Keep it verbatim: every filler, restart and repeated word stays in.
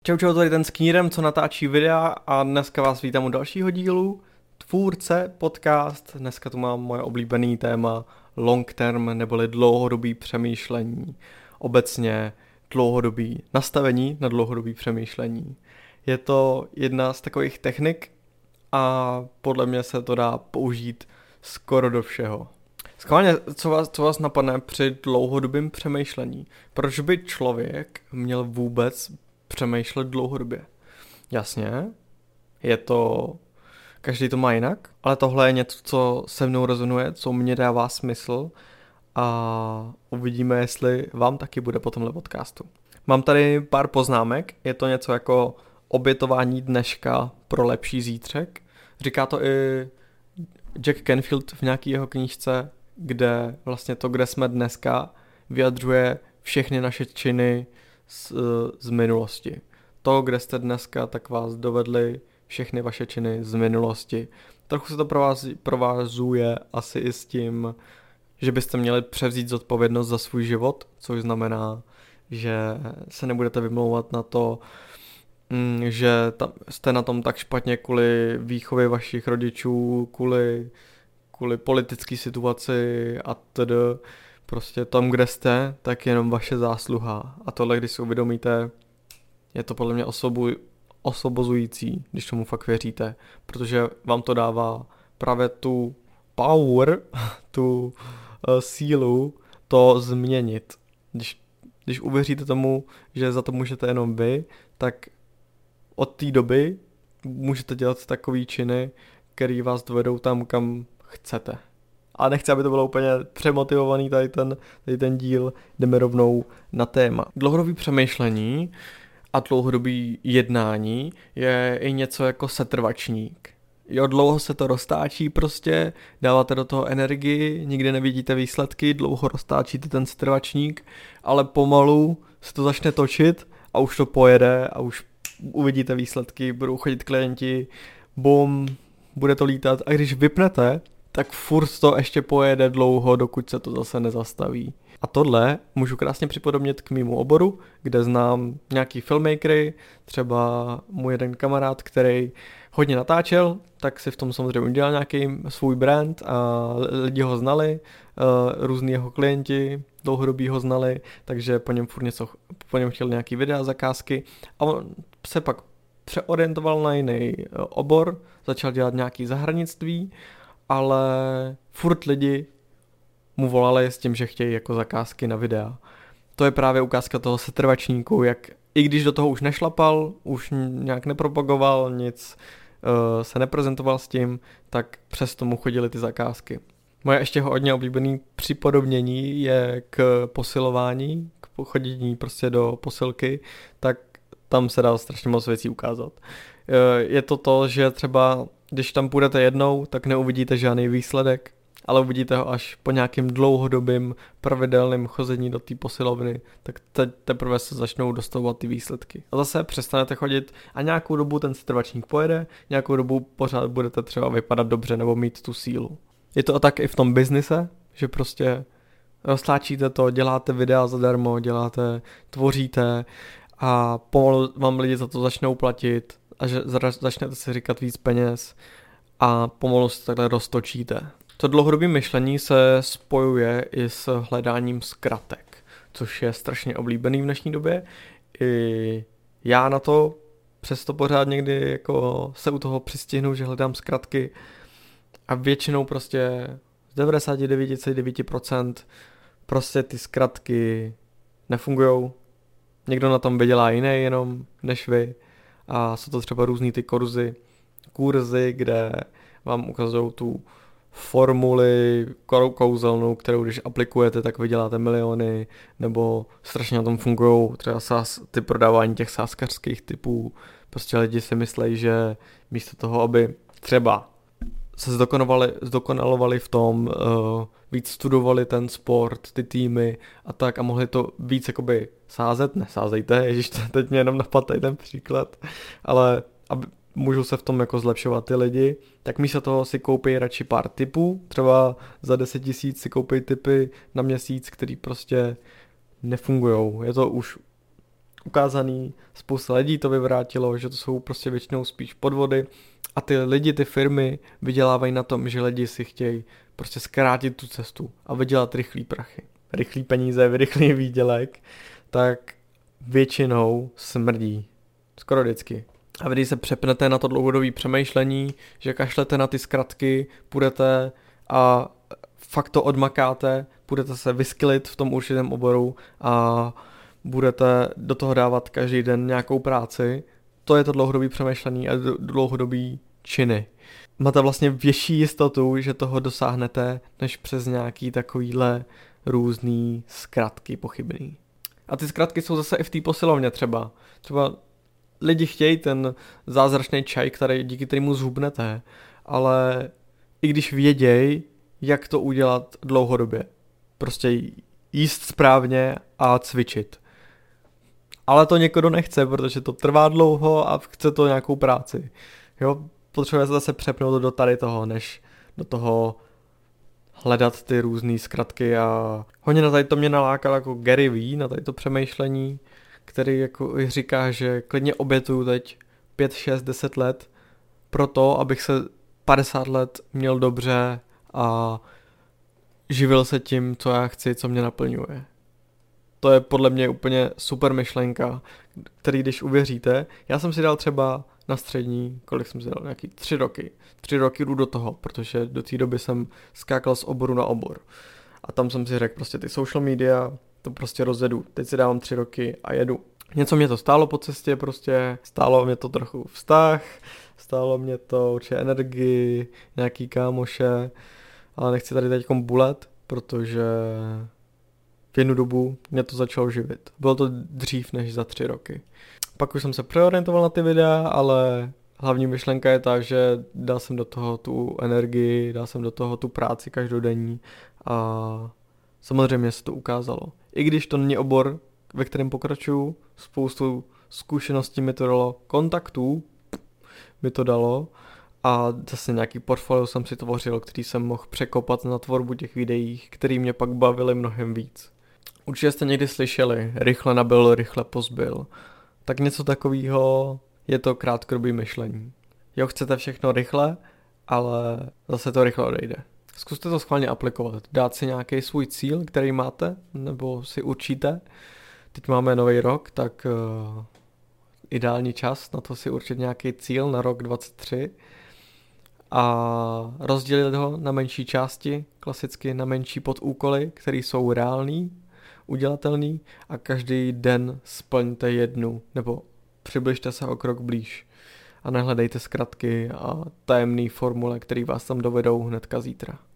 Čau čau, tady ten s Knírem, co natáčí videa a dneska vás vítám u dalšího dílu. Tvůrce podcast, dneska tu mám moje oblíbený téma long term neboli dlouhodobý přemýšlení. Obecně dlouhodobý nastavení na dlouhodobý přemýšlení. Je to jedna z takových technik a podle mě se to dá použít skoro do všeho. Schválně, co vás, co vás napadne při dlouhodobém přemýšlení? Proč by člověk měl vůbec přemýšlet dlouhodobě? Jasně, je to, každý to má jinak, ale tohle je něco, co se mnou rezonuje, co mě dává smysl a uvidíme, jestli vám taky bude po tomhle podcastu. Mám tady pár poznámek, je to něco jako obětování dneška pro lepší zítřek. Říká to i Jack Canfield v nějaký jeho knížce, kde vlastně to, kde jsme dneska, vyjadřuje všechny naše činy z, z minulosti. To, kde jste dneska, tak vás dovedly všechny vaše činy z minulosti. Trochu se to provázuje asi i s tím, že byste měli převzít zodpovědnost za svůj život, což znamená, že se nebudete vymlouvat na to, že tam jste na tom tak špatně kvůli výchově vašich rodičů, kvůli, kvůli politické situaci a tedy. Prostě tam, kde jste, tak jenom vaše zásluha. A tohle, když si uvědomíte, je to podle mě osobu, osobozující, když tomu fakt věříte. Protože vám to dává právě tu power, tu uh, sílu to změnit. Když, když uvěříte tomu, že za to můžete jenom vy, tak od té doby můžete dělat takový činy, který vás dovedou tam, kam chcete. A nechci, aby to bylo úplně přemotivovaný tady ten, tady ten díl, jdeme rovnou na téma. Dlouhodobý přemýšlení a dlouhodobý jednání je i něco jako setrvačník. Jo, dlouho se to roztáčí prostě, dáváte do toho energii, nikdy nevidíte výsledky, dlouho roztáčíte ten setrvačník, ale pomalu se to začne točit a už to pojede a už uvidíte výsledky, budou chodit klienti, bum, bude to lítat a když vypnete, tak furt to ještě pojede dlouho, dokud se to zase nezastaví. A tohle můžu krásně připodobnit k mému oboru, kde znám nějaký filmmakery, třeba můj jeden kamarád, který hodně natáčel, tak si v tom samozřejmě udělal nějaký svůj brand a lidi ho znali, různý jeho klienti dlouhodobí ho znali, takže po něm furt něco, po něm chtěl nějaký videa, zakázky a on se pak přeorientoval na jiný obor, začal dělat nějaký zahradnictví, ale furt lidi mu volali s tím, že chtějí jako zakázky na videa. To je právě ukázka toho setrvačníku, jak i když do toho už nešlapal, už nějak nepropagoval, nic uh, se neprezentoval s tím, tak přesto mu chodily ty zakázky. Moje ještě hodně oblíbený připodobnění je k posilování, k chodění prostě do posilky, tak tam se dá strašně moc věcí ukázat. Uh, je to to, že třeba když tam půjdete jednou, tak neuvidíte žádný výsledek, ale uvidíte ho až po nějakým dlouhodobým pravidelným chození do té posilovny, tak te- teprve se začnou dostávat ty výsledky. A zase přestanete chodit a nějakou dobu ten setrvačník pojede, nějakou dobu pořád budete třeba vypadat dobře nebo mít tu sílu. Je to tak i v tom biznise, že prostě roztlačíte to, děláte videa zadarmo, děláte, tvoříte a pomalu vám lidi za to začnou platit a že začnete si říkat víc peněz a pomalu se takhle roztočíte. To dlouhodobé myšlení se spojuje i s hledáním zkratek, což je strašně oblíbený v dnešní době. I já na to přesto pořád někdy jako se u toho přistihnu, že hledám zkratky a většinou prostě z devadesát devět celá devět procent prostě ty zkratky nefungujou. Někdo na tom vydělá jiný jenom než vy a jsou to třeba různý ty kurzy, kurzy, kde vám ukazují tu formuli kouzelnou, kterou když aplikujete, tak vyděláte miliony, nebo strašně na tom fungují třeba sás, ty prodávání těch sázkařských typů. Prostě lidi si myslejí, že místo toho, aby třeba se zdokonalovali, zdokonalovali v tom, uh, víc studovali ten sport, ty týmy a tak a mohli to víc jakoby sázet, nesázejte, ježiš, teď mě jenom napadl ten příklad, ale aby můžou se v tom jako zlepšovat ty lidi, tak místo toho si koupí radši pár tipů, třeba za deset tisíc si koupí tipy na měsíc, který prostě nefungujou. Je to už ukázaný, spousta lidí to vyvrátilo, že to jsou prostě většinou spíš podvody a ty lidi, ty firmy vydělávají na tom, že lidi si chtějí prostě zkrátit tu cestu a vydělat rychlý prachy, rychlý peníze, rychlý výdělek, tak většinou smrdí. Skoro vždycky. A vy, když se přepnete na to dlouhodobé přemýšlení, že kašlete na ty zkratky, půjdete a fakt to odmakáte, budete se vyskylit v tom určitém oboru a budete do toho dávat každý den nějakou práci, to je to dlouhodobé přemýšlení a dlouhodobý činy. Máte vlastně větší jistotu, že toho dosáhnete, než přes nějaký takovýhle různý zkratky pochybný. A ty zkratky jsou zase i v té posilovně třeba. Třeba lidi chtějí ten zázračný čaj, který, díky kterému zhubnete, ale i když vědějí, jak to udělat dlouhodobě. Prostě jíst správně a cvičit. Ale to někdo nechce, protože to trvá dlouho a chce to nějakou práci. Jo, potřebuje se zase přepnout do tady toho, než do toho hledat ty různé zkratky a hodně na tady to mě nalákal jako Gary Vee, na tady to přemýšlení, který jako říká, že klidně obětuju teď pět, šest, deset let pro to, abych se padesát let měl dobře a živil se tím, co já chci, co mě naplňuje. To je podle mě úplně super myšlenka, který když uvěříte, já jsem si dal třeba na střední, kolik jsem si dal, nějaký tři roky. Tři roky jdu do toho, protože do té doby jsem skákal z oboru na obor. A tam jsem si řekl prostě ty social media, to prostě rozjedu. Teď si dávám tři roky a jedu. Něco mě to stálo po cestě prostě, stálo mě to trochu vztah, stálo mě to určitě energii, nějaký kámoše, ale nechci tady teď bulet, protože v jednu dobu mě to začalo živit. Bylo to dřív než za tři roky. Pak už jsem se přeorientoval na ty videa, ale hlavní myšlenka je ta, že dal jsem do toho tu energii, dal jsem do toho tu práci každodenní a samozřejmě se to ukázalo. I když to není obor, ve kterém pokračuju, spoustu zkušeností mi to dalo, kontaktů mi to dalo a zase nějaký portfolio jsem si tvořil, který jsem mohl překopat na tvorbu těch videí, který mě pak bavily mnohem víc. Určitě jste někdy slyšeli, rychle nabil, rychle pozbyl. Tak něco takového je to krátkodobý myšlení. Jo, chcete všechno rychle, ale zase to rychle odejde. Zkuste to schválně aplikovat, dát si nějaký svůj cíl, který máte, nebo si určíte. Teď máme nový rok, tak uh, ideální čas na to si určit nějaký cíl na rok dvacet tři a rozdělit ho na menší části, klasicky na menší podúkoly, které jsou reální, udělatelný a každý den splňte jednu, nebo přibližte se o krok blíž a nehledejte zkratky a tajemné formule, které vás tam dovedou hnedka zítra.